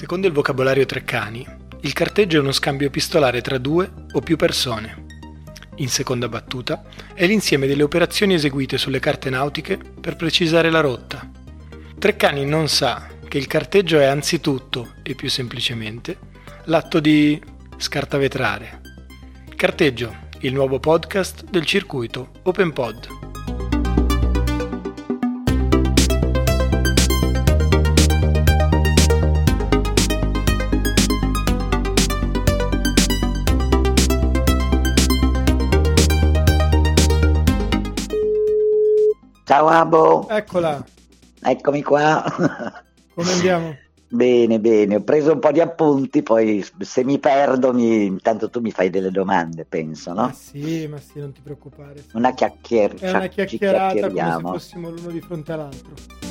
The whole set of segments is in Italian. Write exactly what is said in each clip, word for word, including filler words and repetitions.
Secondo il vocabolario Treccani, il carteggio è uno scambio epistolare tra due o più persone. In seconda battuta, è l'insieme delle operazioni eseguite sulle carte nautiche per precisare la rotta. Treccani non sa che il carteggio è anzitutto, e più semplicemente, l'atto di scartavetrare. Carteggio, il nuovo podcast del circuito OpenPod. Ciao Abo, Eccola, eccomi qua. come andiamo? Bene, bene, ho preso un po' di appunti, poi se mi perdo, mi... intanto tu mi fai delle domande, penso, Ma no? sì, ma sì, non ti preoccupare. Una chiacchier... È una ci chiacchierata come se chiacchieriamo. fossimo l'uno di fronte all'altro.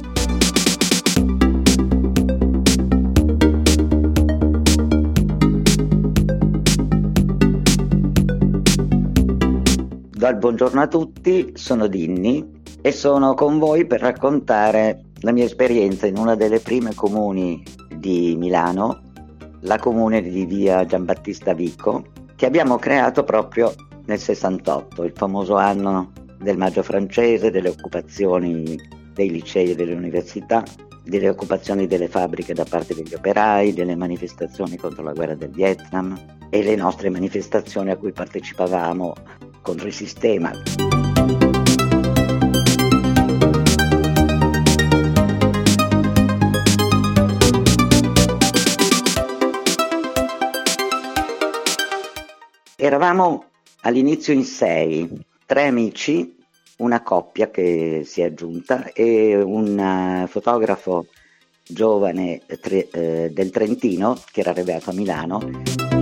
Do il buongiorno a tutti, sono Dinni e sono con voi per raccontare la mia esperienza in una delle prime comuni di Milano, la comune di via Giambattista Vico, che abbiamo creato proprio nel sessantotto, il famoso anno del Maggio francese, delle occupazioni dei licei e delle università, delle occupazioni delle fabbriche da parte degli operai, delle manifestazioni contro la guerra del Vietnam e le nostre manifestazioni a cui partecipavamo contro il sistema. Eravamo all'inizio in sei, tre amici, una coppia che si è aggiunta e un uh, fotografo giovane tre, eh, del Trentino che era arrivato a Milano.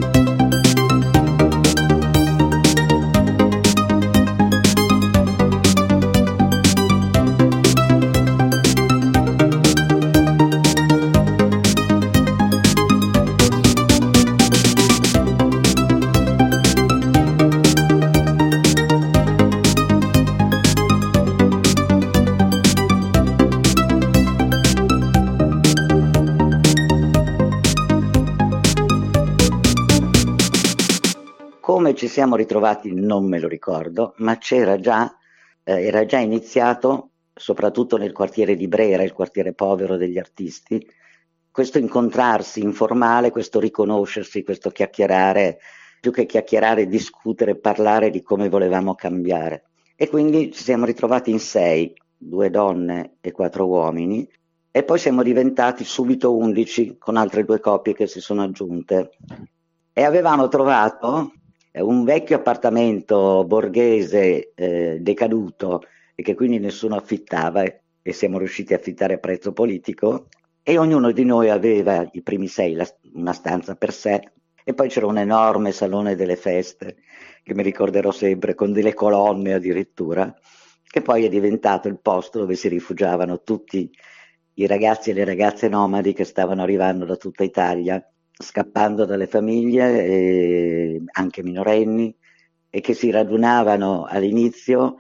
Come ci siamo ritrovati non me lo ricordo, ma c'era già, eh, era già iniziato, soprattutto nel quartiere di Brera, il quartiere povero degli artisti, questo incontrarsi informale, questo riconoscersi, questo chiacchierare, più che chiacchierare, discutere, parlare di come volevamo cambiare. E quindi ci siamo ritrovati in sei, due donne e quattro uomini, e poi siamo diventati subito undici con altre due coppie che si sono aggiunte. E avevamo trovato un vecchio appartamento borghese eh, decaduto e che quindi nessuno affittava e, e siamo riusciti a affittare a prezzo politico e ognuno di noi aveva i primi sei la, una stanza per sé e poi c'era un enorme salone delle feste che mi ricorderò sempre con delle colonne addirittura, che poi è diventato il posto dove si rifugiavano tutti i ragazzi e le ragazze nomadi che stavano arrivando da tutta Italia, scappando dalle famiglie, eh, anche minorenni, e che si radunavano all'inizio,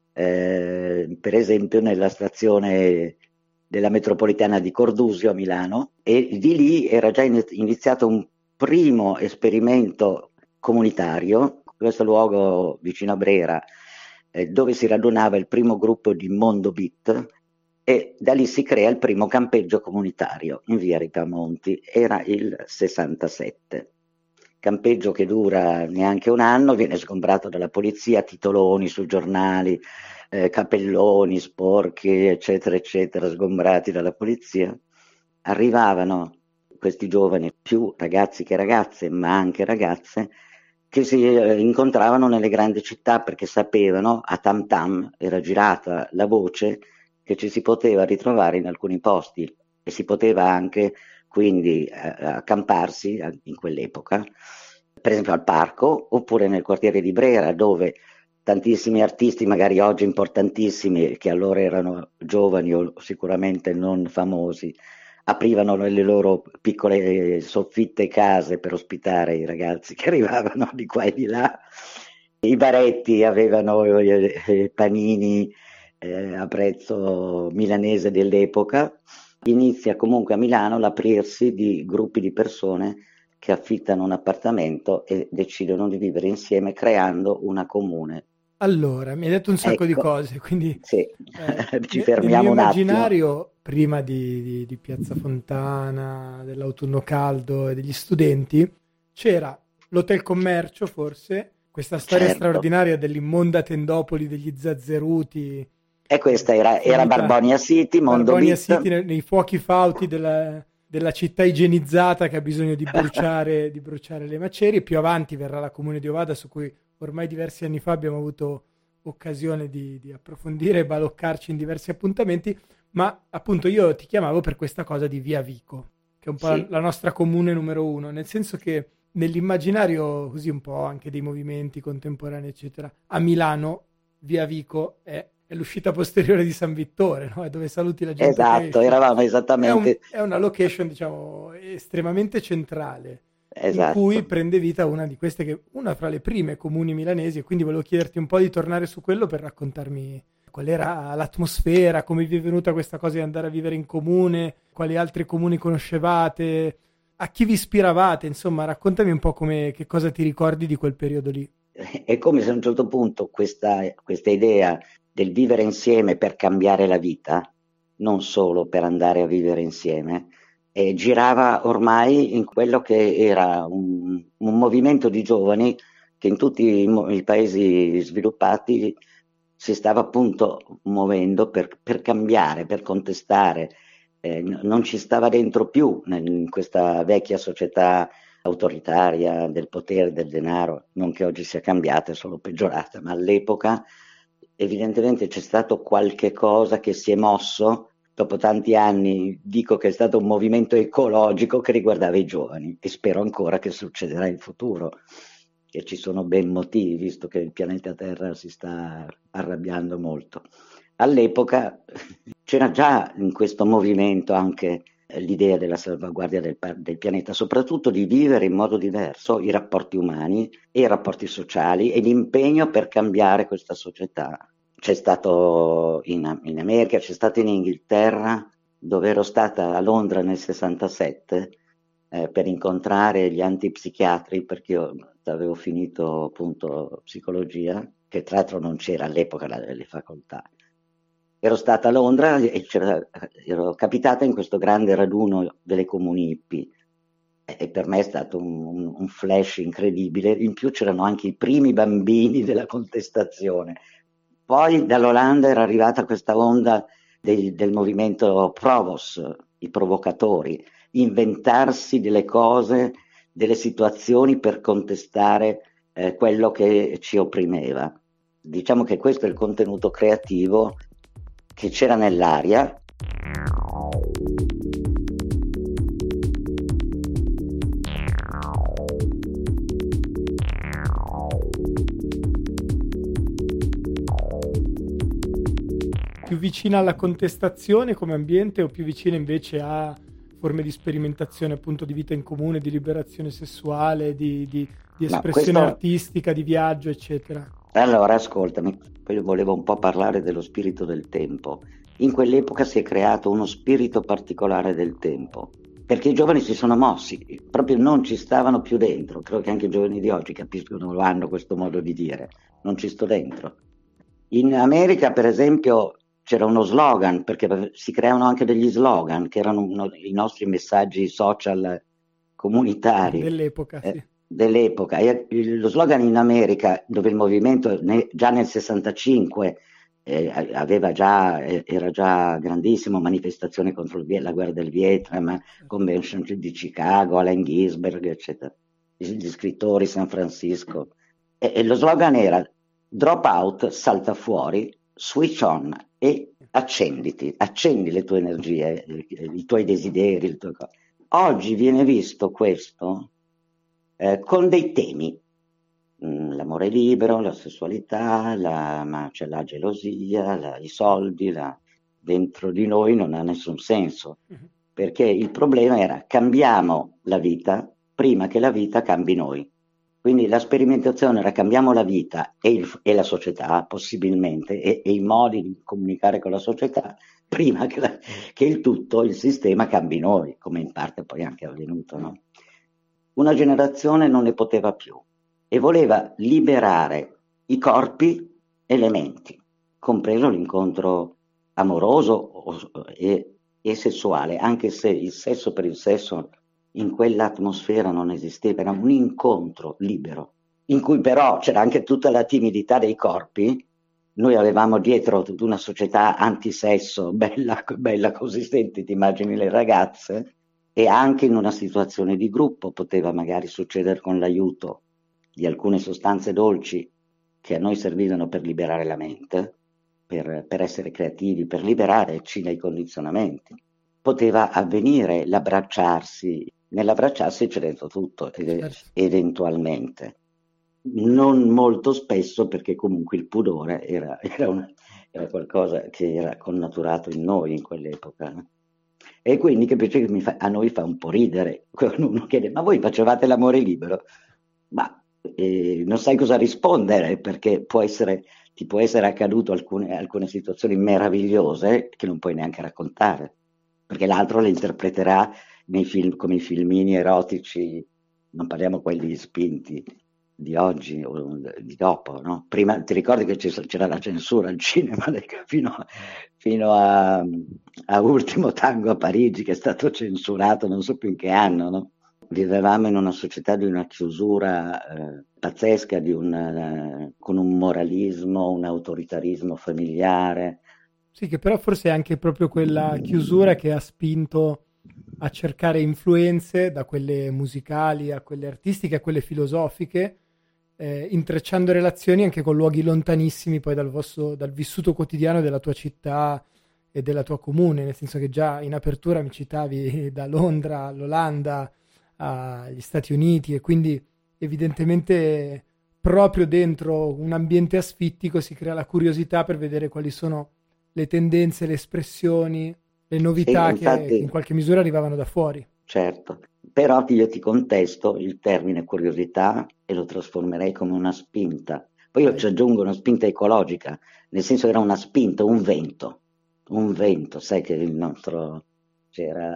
eh, per esempio, nella stazione della metropolitana di Cordusio a Milano, e di lì era già iniziato un primo esperimento comunitario, questo luogo vicino a Brera, eh, dove si radunava il primo gruppo di Mondo Beat, e da lì si crea il primo campeggio comunitario in via Ripamonti, era il sessantasette. Campeggio che dura neanche un anno, viene sgombrato dalla polizia, titoloni sui giornali, eh, cappelloni sporchi, eccetera, eccetera, sgombrati dalla polizia. Arrivavano questi giovani, più ragazzi che ragazze, ma anche ragazze, che si eh, incontravano nelle grandi città perché sapevano, a Tam Tam era girata la voce che ci si poteva ritrovare in alcuni posti e si poteva anche quindi eh, accamparsi in quell'epoca, per esempio al parco oppure nel quartiere di Brera, dove tantissimi artisti, magari oggi importantissimi, che allora erano giovani o sicuramente non famosi, aprivano le loro piccole soffitte case per ospitare i ragazzi che arrivavano di qua e di là. I baretti avevano i panini Eh, a prezzo milanese dell'epoca inizia comunque a Milano l'aprirsi di gruppi di persone che affittano un appartamento e decidono di vivere insieme creando una comune. Allora, mi hai detto un sacco di Ecco, cose, quindi sì, eh, ci ne- nel mio fermiamo un attimo. immaginario, prima di, di- di Piazza Fontana, dell'autunno caldo e degli studenti, c'era l'Hotel Commercio, forse, questa storia Certo. straordinaria dell'immonda tendopoli degli zazzeruti, E eh, questa era, era finita Barbonia City, Mondo Barbonia Beat. City nei, nei fuochi fauti della, della città igienizzata che ha bisogno di bruciare, di bruciare le macerie. Più avanti verrà la Comune di Ovada, su cui ormai diversi anni fa abbiamo avuto occasione di, di approfondire e baloccarci in diversi appuntamenti, ma appunto io ti chiamavo per questa cosa di Via Vico, che è un po' la, Sì, la nostra comune numero uno, nel senso che nell'immaginario così un po' anche dei movimenti contemporanei, eccetera, a Milano Via Vico è, è l'uscita posteriore di San Vittore, no? È dove saluti la gente che esatto, esce. eravamo È, un- esattamente, è una location, diciamo, estremamente centrale, in cui esatto. prende vita una di queste che, una fra le prime comuni milanesi, e quindi volevo chiederti un po' di tornare su quello per raccontarmi qual era l'atmosfera, come vi è venuta questa cosa di andare a vivere in comune, quali altri comuni conoscevate, a chi vi ispiravate, insomma, raccontami un po' come, che cosa ti ricordi di quel periodo lì. È come se a un certo punto questa, questa idea del vivere insieme per cambiare la vita, non solo per andare a vivere insieme, eh, girava ormai in quello che era un, un movimento di giovani che in tutti i, mo- i paesi sviluppati si stava appunto muovendo per, per cambiare, per contestare. Eh, n- non ci stava dentro più nel- in questa vecchia società autoritaria del potere, del denaro, non che oggi sia cambiata, è solo peggiorata, ma all'epoca evidentemente c'è stato qualche cosa che si è mosso. Dopo tanti anni dico che è stato un movimento ecologico che riguardava i giovani e spero ancora che succederà in futuro. E ci sono ben motivi, visto che il pianeta Terra si sta arrabbiando molto. All'epoca c'era già in questo movimento anche eh, l'idea della salvaguardia del, pa- del pianeta, soprattutto di vivere in modo diverso i rapporti umani e i rapporti sociali e l'impegno per cambiare questa società. C'è stato in, in America, c'è stato in Inghilterra, dove ero stata a Londra nel sessantasette eh, per incontrare gli antipsichiatri, perché io avevo finito appunto psicologia, che tra l'altro non c'era all'epoca la- le facoltà. Ero stata a Londra e c'era- ero capitata in questo grande raduno delle comuni hippie e e per me è stato un, un- un flash incredibile. In più c'erano anche i primi bambini della contestazione. Poi dall'Olanda era arrivata questa onda dei- del movimento Provos, i provocatori, inventarsi delle cose, delle situazioni per contestare eh, quello che ci opprimeva. Diciamo che questo è il contenuto creativo che c'era nell'aria. Più vicina alla contestazione come ambiente o più vicina invece a forme di sperimentazione appunto di vita in comune, di liberazione sessuale, di, di- di Ma espressione questo, artistica, di viaggio, eccetera. allora ascoltami, poi volevo un po' parlare dello spirito del tempo. In quell'epoca si è creato uno spirito particolare del tempo, perché i giovani si sono mossi, proprio non ci stavano più dentro. Credo che anche i giovani di oggi capiscono, lo hanno questo modo di dire, non ci sto dentro. In America, per esempio, c'era uno slogan, perché si creavano anche degli slogan, che erano uno- i nostri messaggi social comunitari Dell'epoca, sì. eh, dell'epoca. E il- lo slogan in America, dove il movimento ne- già nel sessantacinque eh, aveva già, eh, era già grandissimo, manifestazione contro il Vie- la guerra del Vietnam, convention di Chicago, Allen Ginsberg, eccetera, gli scrittori, San Francisco. E, e lo slogan era drop out, salta fuori, switch on e accenditi, accendi le tue energie, eh, i tuoi desideri, le tue cose. Oggi viene visto questo eh, con dei temi, Mm, l'amore libero, la sessualità, la, ma c'è la gelosia, la- i soldi, la- dentro di noi non ha nessun senso, Mhm. perché il problema era cambiamo la vita prima che la vita cambi noi. Quindi la sperimentazione era cambiamo la vita e, il, e la società, possibilmente, e, e i modi di comunicare con la società, prima che, la, che il tutto, il sistema cambi noi, come in parte poi è anche avvenuto, no? Una generazione non ne poteva più e voleva liberare i corpi e le menti, compreso l'incontro amoroso e, e sessuale, anche se il sesso per il sesso in quell'atmosfera non esisteva, era un incontro libero, in cui però c'era anche tutta la timidità dei corpi. Noi avevamo dietro tutta una società antisesso, bella, bella consistente, ti immagini le ragazze, e anche in una situazione di gruppo poteva magari succedere con l'aiuto di alcune sostanze dolci che a noi servivano per liberare la mente, per, per essere creativi, per liberarci dai condizionamenti. Poteva avvenire l'abbracciarsi, nell'abbracciarsi c'è dentro tutto, ed, eventualmente. Non molto spesso, perché comunque il pudore era, era, una, era qualcosa che era connaturato in noi in quell'epoca. E quindi capisci che mi fa, a noi fa un po' ridere quando uno chiede: ma voi facevate l'amore libero? Ma eh, non sai cosa rispondere, perché può essere, ti può essere accaduto alcune, alcune situazioni meravigliose che non puoi neanche raccontare, perché l'altro le interpreterà nei film, come i filmini erotici, non parliamo quelli spinti di oggi o di dopo, no? Prima ti ricordi che c'era la censura al cinema fino, fino a, a Ultimo Tango a Parigi, che è stato censurato non so più in che anno, no? Vivevamo in una società di una chiusura eh, pazzesca, di un, eh, con un moralismo, un autoritarismo familiare. Sì, che però forse è anche proprio quella chiusura che ha spinto a cercare influenze, da quelle musicali a quelle artistiche a quelle filosofiche, eh, intrecciando relazioni anche con luoghi lontanissimi poi dal, vostro, dal vissuto quotidiano della tua città e della tua comune, nel senso che già in apertura mi citavi da Londra all'Olanda agli Stati Uniti, e quindi evidentemente proprio dentro un ambiente asfittico si crea la curiosità per vedere quali sono le tendenze, le espressioni, le novità sì, infatti, che in qualche misura arrivavano da fuori. Certo, però io ti contesto il termine curiosità e lo trasformerei come una spinta. Poi io ci aggiungo una spinta ecologica, nel senso era una spinta, un vento, un vento, sai che il nostro, c'era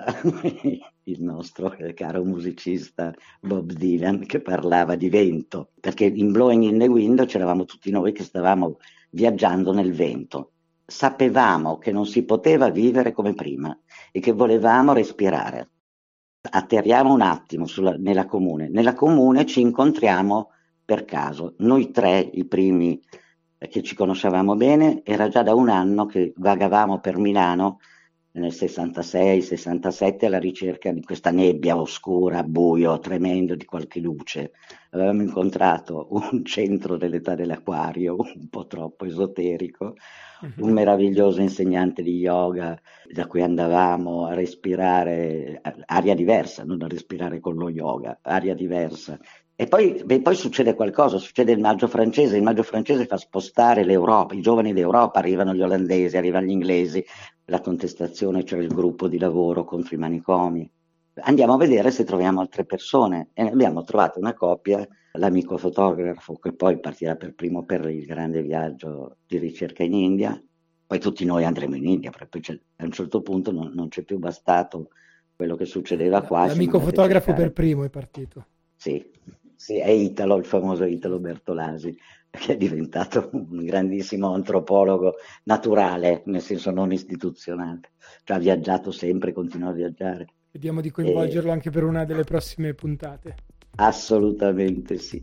il nostro caro musicista Bob Dylan che parlava di vento, perché in Blowing in the Wind c'eravamo tutti noi che stavamo viaggiando nel vento. Sapevamo che non si poteva vivere come prima e che volevamo respirare. Atterriamo un attimo sulla, nella comune. Nella comune ci incontriamo per caso. Noi tre, i primi che ci conoscevamo bene, era già da un anno che vagavamo per Milano nel sessantasei sessantasette alla ricerca di questa nebbia oscura, buio, tremendo, di qualche luce. Avevamo incontrato un centro dell'età dell'acquario, un po' troppo esoterico, un meraviglioso insegnante di yoga da cui andavamo a respirare aria diversa, non a respirare con lo yoga, aria diversa. E poi, beh, poi succede qualcosa, succede il maggio francese, il maggio francese fa spostare l'Europa, i giovani d'Europa, arrivano gli olandesi, arrivano gli inglesi, la contestazione, cioè il gruppo di lavoro contro i manicomi. Andiamo a vedere se troviamo altre persone e ne abbiamo trovato una coppia, l'amico fotografo che poi partirà per primo per il grande viaggio di ricerca in India, poi tutti noi andremo in India, perché poi a un certo punto non, non c'è più bastato quello che succedeva qua. L'amico fotografo per primo è partito. Sì, sì, è Italo, il famoso Italo Bertolasi, che è diventato un grandissimo antropologo naturale, nel senso non istituzionale. Cioè, ha viaggiato sempre, continua a viaggiare. Vediamo di coinvolgerlo e... anche per una delle prossime puntate. Assolutamente sì.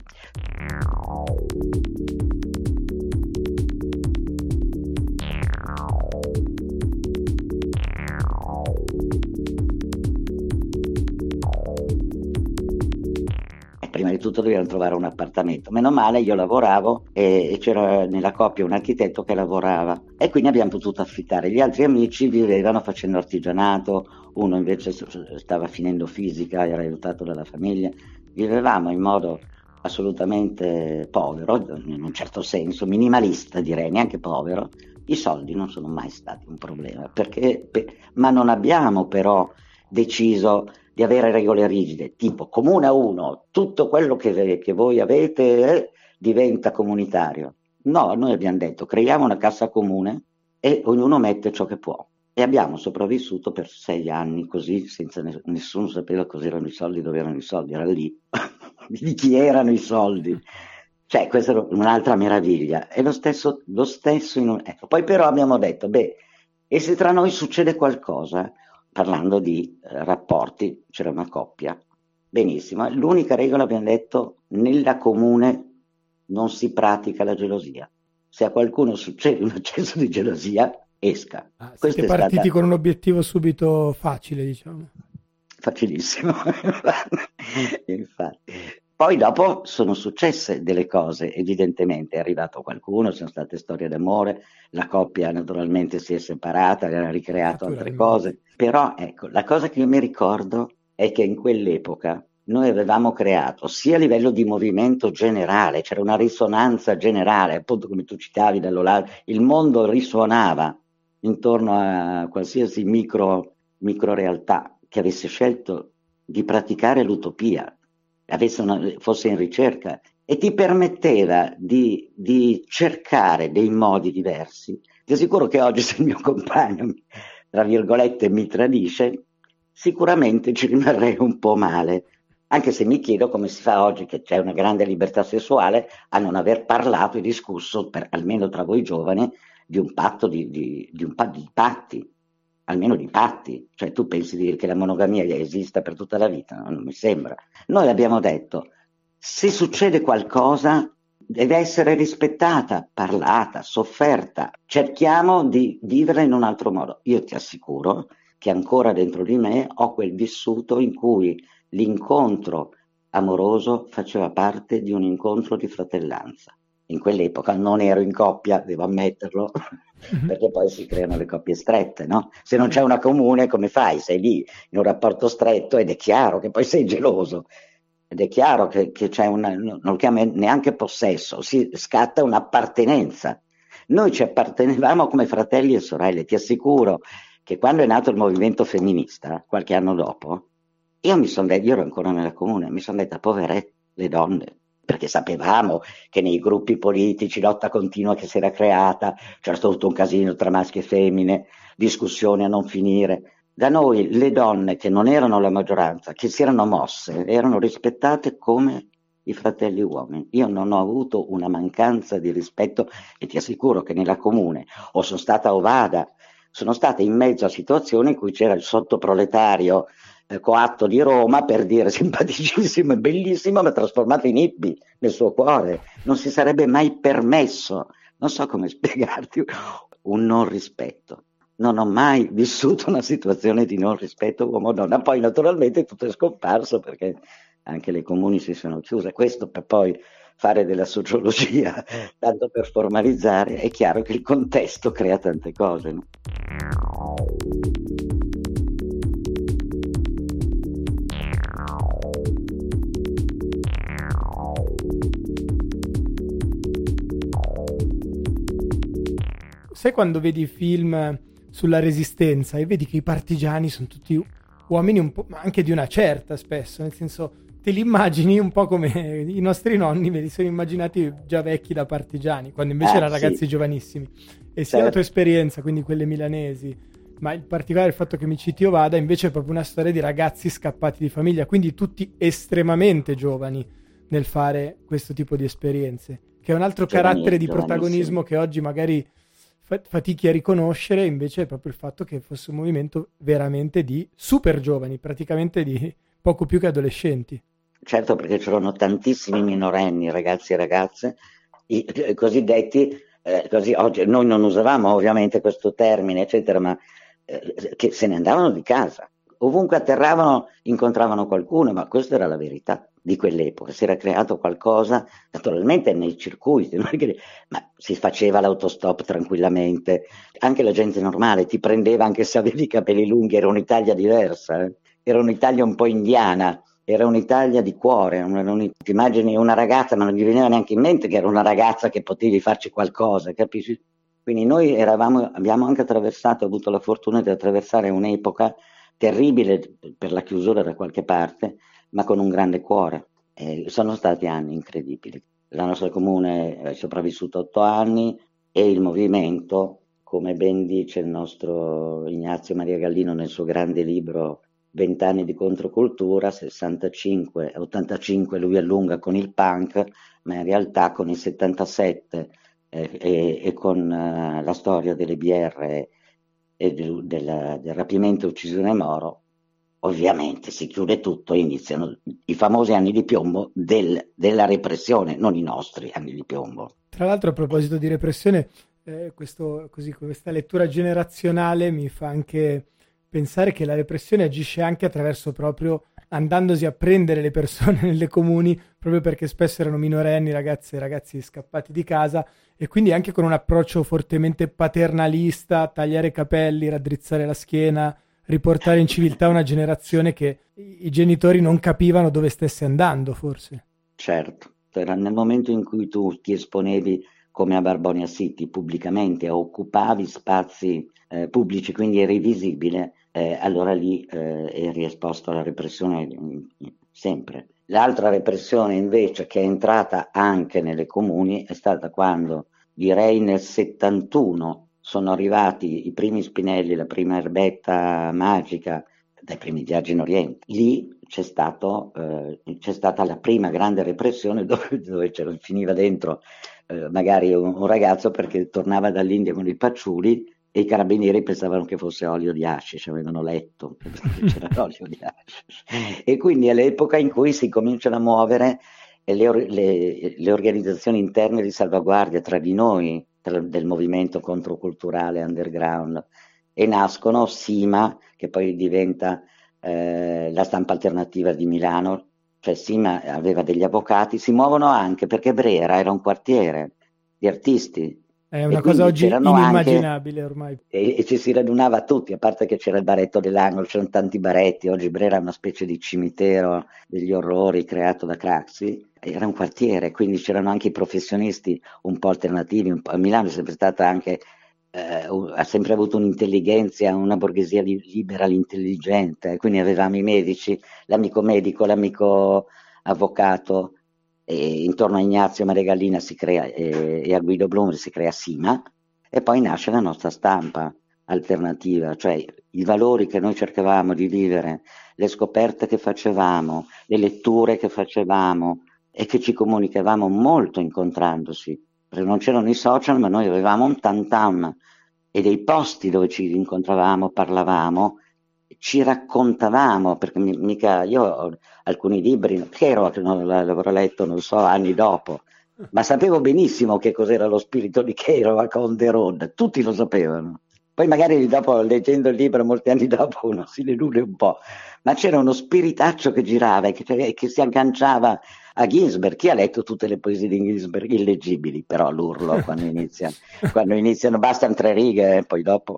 Prima di tutto dovevano trovare un appartamento. Meno male, io lavoravo e c'era nella coppia un architetto che lavorava e quindi abbiamo potuto affittare. Gli altri amici vivevano facendo artigianato, uno invece stava finendo fisica, era aiutato dalla famiglia. Vivevamo in modo assolutamente povero, in un certo senso, minimalista direi, neanche povero. I soldi non sono mai stati un problema, perché, ma non abbiamo però deciso di avere regole rigide, tipo comune a uno, tutto quello che, che voi avete eh, diventa comunitario. No, noi abbiamo detto creiamo una cassa comune e ognuno mette ciò che può. E abbiamo sopravvissuto per sei anni così, senza ne- nessuno sapeva cos'erano i soldi, dove erano i soldi, era lì, di chi erano i soldi. Cioè, questa era un'altra meraviglia. E lo stesso, lo stesso in un... ecco, poi però abbiamo detto, beh, e se tra noi succede qualcosa, parlando di eh, rapporti, c'era una coppia, benissimo, l'unica regola abbiamo detto, nella comune non si pratica la gelosia. Se a qualcuno succede un accesso di gelosia, esca. Ah, siete Questa è partiti stata con un obiettivo subito facile, diciamo. facilissimo, infatti. Poi dopo sono successe delle cose, evidentemente è arrivato qualcuno, sono state storie d'amore, la coppia naturalmente si è separata, ha ricreato altre cose, però ecco, la cosa che io mi ricordo è che in quell'epoca noi avevamo creato sia a livello di movimento generale, c'era una risonanza generale, appunto come tu citavi dall'Olanda, il mondo risuonava intorno a qualsiasi micro, micro realtà che avesse scelto di praticare l'utopia, avesse una, fosse in ricerca e ti permetteva di, di cercare dei modi diversi. Ti assicuro che oggi se il mio compagno, tra virgolette, mi tradisce, sicuramente ci rimarrei un po' male, anche se mi chiedo come si fa oggi che c'è una grande libertà sessuale a non aver parlato e discusso, per, almeno tra voi giovani, di un patto di, di, di un pa- di patti, almeno di patti. Cioè tu pensi di dire che la monogamia esista per tutta la vita? No, non mi sembra. Noi abbiamo detto, se succede qualcosa deve essere rispettata, parlata, sofferta. Cerchiamo di vivere in un altro modo. Io ti assicuro che ancora dentro di me ho quel vissuto in cui l'incontro amoroso faceva parte di un incontro di fratellanza. In quell'epoca non ero in coppia, devo ammetterlo, perché poi si creano le coppie strette, no? Se non c'è una comune, come fai? Sei lì in un rapporto stretto ed è chiaro che poi sei geloso. Ed è chiaro che, che c'è una, non lo chiamo neanche possesso, si scatta un'appartenenza. Noi ci appartenevamo come fratelli e sorelle, ti assicuro che quando è nato il movimento femminista, qualche anno dopo, io mi sono detto, io ero ancora nella comune, mi sono detta, poverette le donne, perché sapevamo che nei gruppi politici, lotta continua che si era creata, c'era stato tutto un casino tra maschi e femmine, discussioni a non finire. Da noi le donne, che non erano la maggioranza, che si erano mosse, erano rispettate come i fratelli uomini. Io non ho avuto una mancanza di rispetto e ti assicuro che nella comune, o sono stata a Ovada, sono stata in mezzo a situazioni in cui c'era il sottoproletario eh, coatto di Roma, per dire simpaticissimo e bellissimo, ma trasformato in hippie nel suo cuore. Non si sarebbe mai permesso, non so come spiegarti, un non rispetto. Non ho mai vissuto una situazione di non rispetto uomo-donna. Poi naturalmente tutto è scomparso perché anche le comuni si sono chiuse. Questo per poi fare della sociologia, tanto per formalizzare, è chiaro che il contesto crea tante cose, no? Sai quando vedi film sulla resistenza e vedi che i partigiani sono tutti uomini un po', ma anche di una certa spesso, nel senso te li immagini un po' come i nostri nonni ve li sono immaginati già vecchi da partigiani, quando invece Ah, erano ragazzi sì. giovanissimi. E sia Certo. la tua esperienza, quindi quelle milanesi, ma in particolare il fatto che mi citi Ovada, invece è proprio una storia di ragazzi scappati di famiglia, quindi tutti estremamente giovani nel fare questo tipo di esperienze, che è un altro Giovani- carattere di giovanissimi. protagonismo che oggi magari fa- fatichi a riconoscere, invece è proprio il fatto che fosse un movimento veramente di super giovani, praticamente di poco più che adolescenti. Certo, perché c'erano tantissimi minorenni, ragazzi e ragazze, i eh, cosiddetti, eh, così oggi noi non usavamo ovviamente questo termine, eccetera, ma eh, che se ne andavano di casa. Ovunque atterravano incontravano qualcuno, ma questa era la verità di quell'epoca. Si era creato qualcosa, naturalmente nei circuiti, non è che- ma si faceva l'autostop tranquillamente. Anche la gente normale ti prendeva anche se avevi i capelli lunghi, era un'Italia diversa, eh. Era un'Italia un po' indiana. Era un'Italia di cuore, una, un, ti immagini una ragazza, ma non gli veniva neanche in mente che era una ragazza che potevi farci qualcosa, capisci? Quindi noi eravamo, abbiamo anche attraversato, avuto la fortuna di attraversare un'epoca terribile per la chiusura da qualche parte, ma con un grande cuore. E sono stati anni incredibili. La nostra comune è sopravvissuta otto anni e il movimento, come ben dice il nostro Ignazio Maria Gallino nel suo grande libro Vent'anni di controcultura, sessantacinque ottantacinque lui allunga con il punk, ma in realtà con il settantasette eh, e, e con uh, la storia delle B R e del, del, del rapimento e uccisione Moro, ovviamente si chiude tutto e iniziano i famosi anni di piombo del, della repressione, non i nostri anni di piombo. Tra l'altro, a proposito di repressione, eh, questo, così, questa lettura generazionale mi fa anche pensare che la repressione agisce anche attraverso proprio andandosi a prendere le persone nelle comuni, proprio perché spesso erano minorenni, ragazze e ragazzi scappati di casa, e quindi anche con un approccio fortemente paternalista, tagliare i capelli, raddrizzare la schiena, riportare in civiltà una generazione che i genitori non capivano dove stesse andando, forse. Certo, era nel momento in cui tu ti esponevi come a Barbonia City pubblicamente, occupavi spazi eh, pubblici, quindi eri visibile, eh, allora lì eh, eri esposto alla repressione sempre. L'altra repressione invece che è entrata anche nelle comuni è stata quando, direi nel settantuno, sono arrivati i primi spinelli, la prima erbetta magica dai primi viaggi in Oriente. Lì c'è, stato, eh, c'è stata la prima grande repressione dove, dove c'era, finiva dentro eh, magari un, un ragazzo perché tornava dall'India con i pacciuli e i carabinieri pensavano che fosse olio di hashish, avevano letto che c'era l'olio di hashish. E quindi è l'epoca in cui si cominciano a muovere le, le, le organizzazioni interne di salvaguardia tra di noi, tra, del movimento controculturale underground, e nascono SIMA, che poi diventa eh, la Stampa Alternativa di Milano, cioè SIMA aveva degli avvocati, si muovono anche perché Brera era un quartiere di artisti. È una cosa oggi inimmaginabile anche, ormai. E, e ci si radunava tutti, a parte che c'era il baretto dell'angolo, c'erano tanti baretti, oggi Brera è una specie di cimitero degli orrori creato da Craxi, era un quartiere, quindi c'erano anche i professionisti un po' alternativi, un po'. Milano è sempre stata anche, eh, ha sempre avuto un'intelligenza, una borghesia libera, intelligente, quindi avevamo i medici, l'amico medico, l'amico avvocato, e intorno a Ignazio Maria Gallina si crea, e, e a Guido Blum si crea SIMA, e poi nasce la nostra stampa alternativa, cioè i valori che noi cercavamo di vivere, le scoperte che facevamo, le letture che facevamo e che ci comunicavamo molto incontrandosi, perché non c'erano i social, ma noi avevamo un tantam e dei posti dove ci incontravamo, parlavamo, ci raccontavamo, perché mica io ho alcuni libri, Chero che non l'avrò letto, non so, anni dopo, ma sapevo benissimo che cos'era lo spirito di Kerouac on the road, tutti lo sapevano. Poi magari dopo, leggendo il libro molti anni dopo, uno si delude un po', ma c'era uno spiritaccio che girava e che, che si agganciava a Ginsberg. Chi ha letto tutte le poesie di Ginsberg? Illeggibili, però l'urlo quando iniziano, quando iniziano bastano tre righe e poi dopo...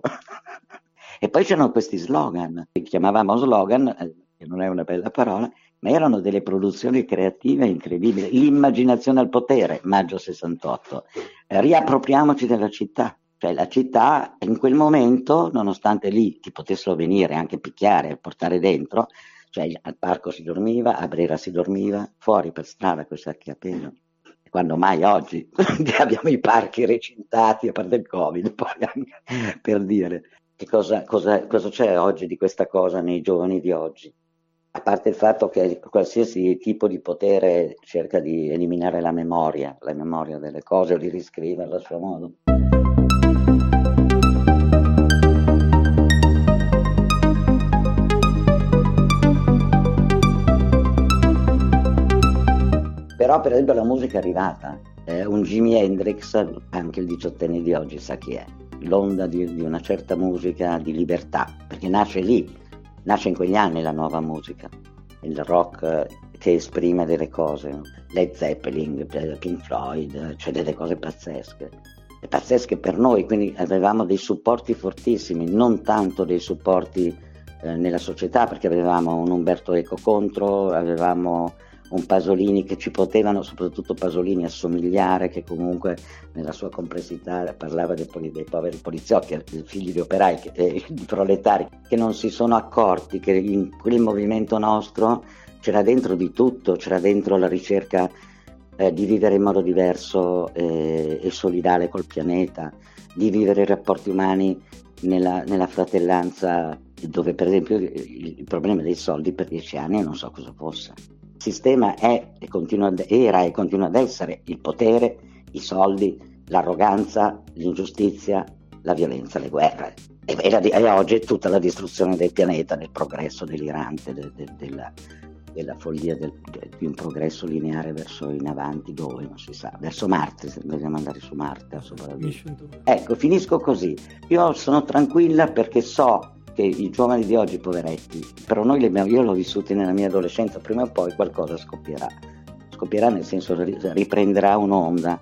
E poi c'erano questi slogan, che chiamavamo slogan, che non è una bella parola, ma erano delle produzioni creative incredibili. L'immaginazione al potere, maggio sessantotto. Riappropriamoci della città. Cioè la città in quel momento, nonostante lì ti potessero venire anche picchiare, portare dentro, cioè al parco si dormiva, a Brera si dormiva, fuori per strada con i sacchi a pelo. Quando mai oggi abbiamo i parchi recintati, a parte il Covid, poi anche per dire. Che cosa, cosa, cosa c'è oggi di questa cosa nei giovani di oggi? A parte il fatto che qualsiasi tipo di potere cerca di eliminare la memoria, la memoria delle cose o di riscriverla a suo modo. Però per esempio la musica è arrivata, eh, un Jimi Hendrix, anche il diciottenne di oggi sa chi è. L'onda di, di una certa musica di libertà, perché nasce lì, nasce in quegli anni la nuova musica, il rock eh, che esprime delle cose, no? Led Zeppelin, Pink Floyd, cioè delle cose pazzesche, e pazzesche per noi, quindi avevamo dei supporti fortissimi, non tanto dei supporti eh, nella società, perché avevamo un Umberto Eco contro, avevamo un Pasolini che ci potevano, soprattutto Pasolini, assomigliare, che comunque nella sua complessità parlava dei, dei poveri poliziotti, dei figli di operai, che, eh, di proletari, che non si sono accorti che in quel movimento nostro c'era dentro di tutto, c'era dentro la ricerca eh, di vivere in modo diverso eh, e solidale col pianeta, di vivere i rapporti umani nella, nella fratellanza, dove per esempio il, il problema dei soldi per dieci anni non so cosa fosse. Il sistema è e continua ad, era e continua ad essere il potere, i soldi, l'arroganza, l'ingiustizia, la violenza, le guerre. E, e, la, e oggi è tutta la distruzione del pianeta, del progresso delirante, de, de, della, della follia del, di un progresso lineare verso in avanti, dove non si sa, verso Marte, se vogliamo andare su Marte. Ecco, finisco così. Io sono tranquilla perché so che i giovani di oggi, poveretti, però noi li abbiamo, io l'ho vissuti nella mia adolescenza, prima o poi qualcosa scoppierà, scoppierà nel senso riprenderà un'onda.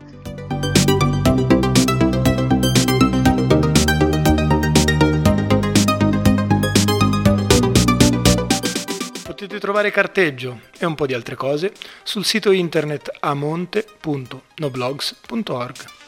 Potete trovare Carteggio e un po' di altre cose sul sito internet amonte punto noblogs punto org.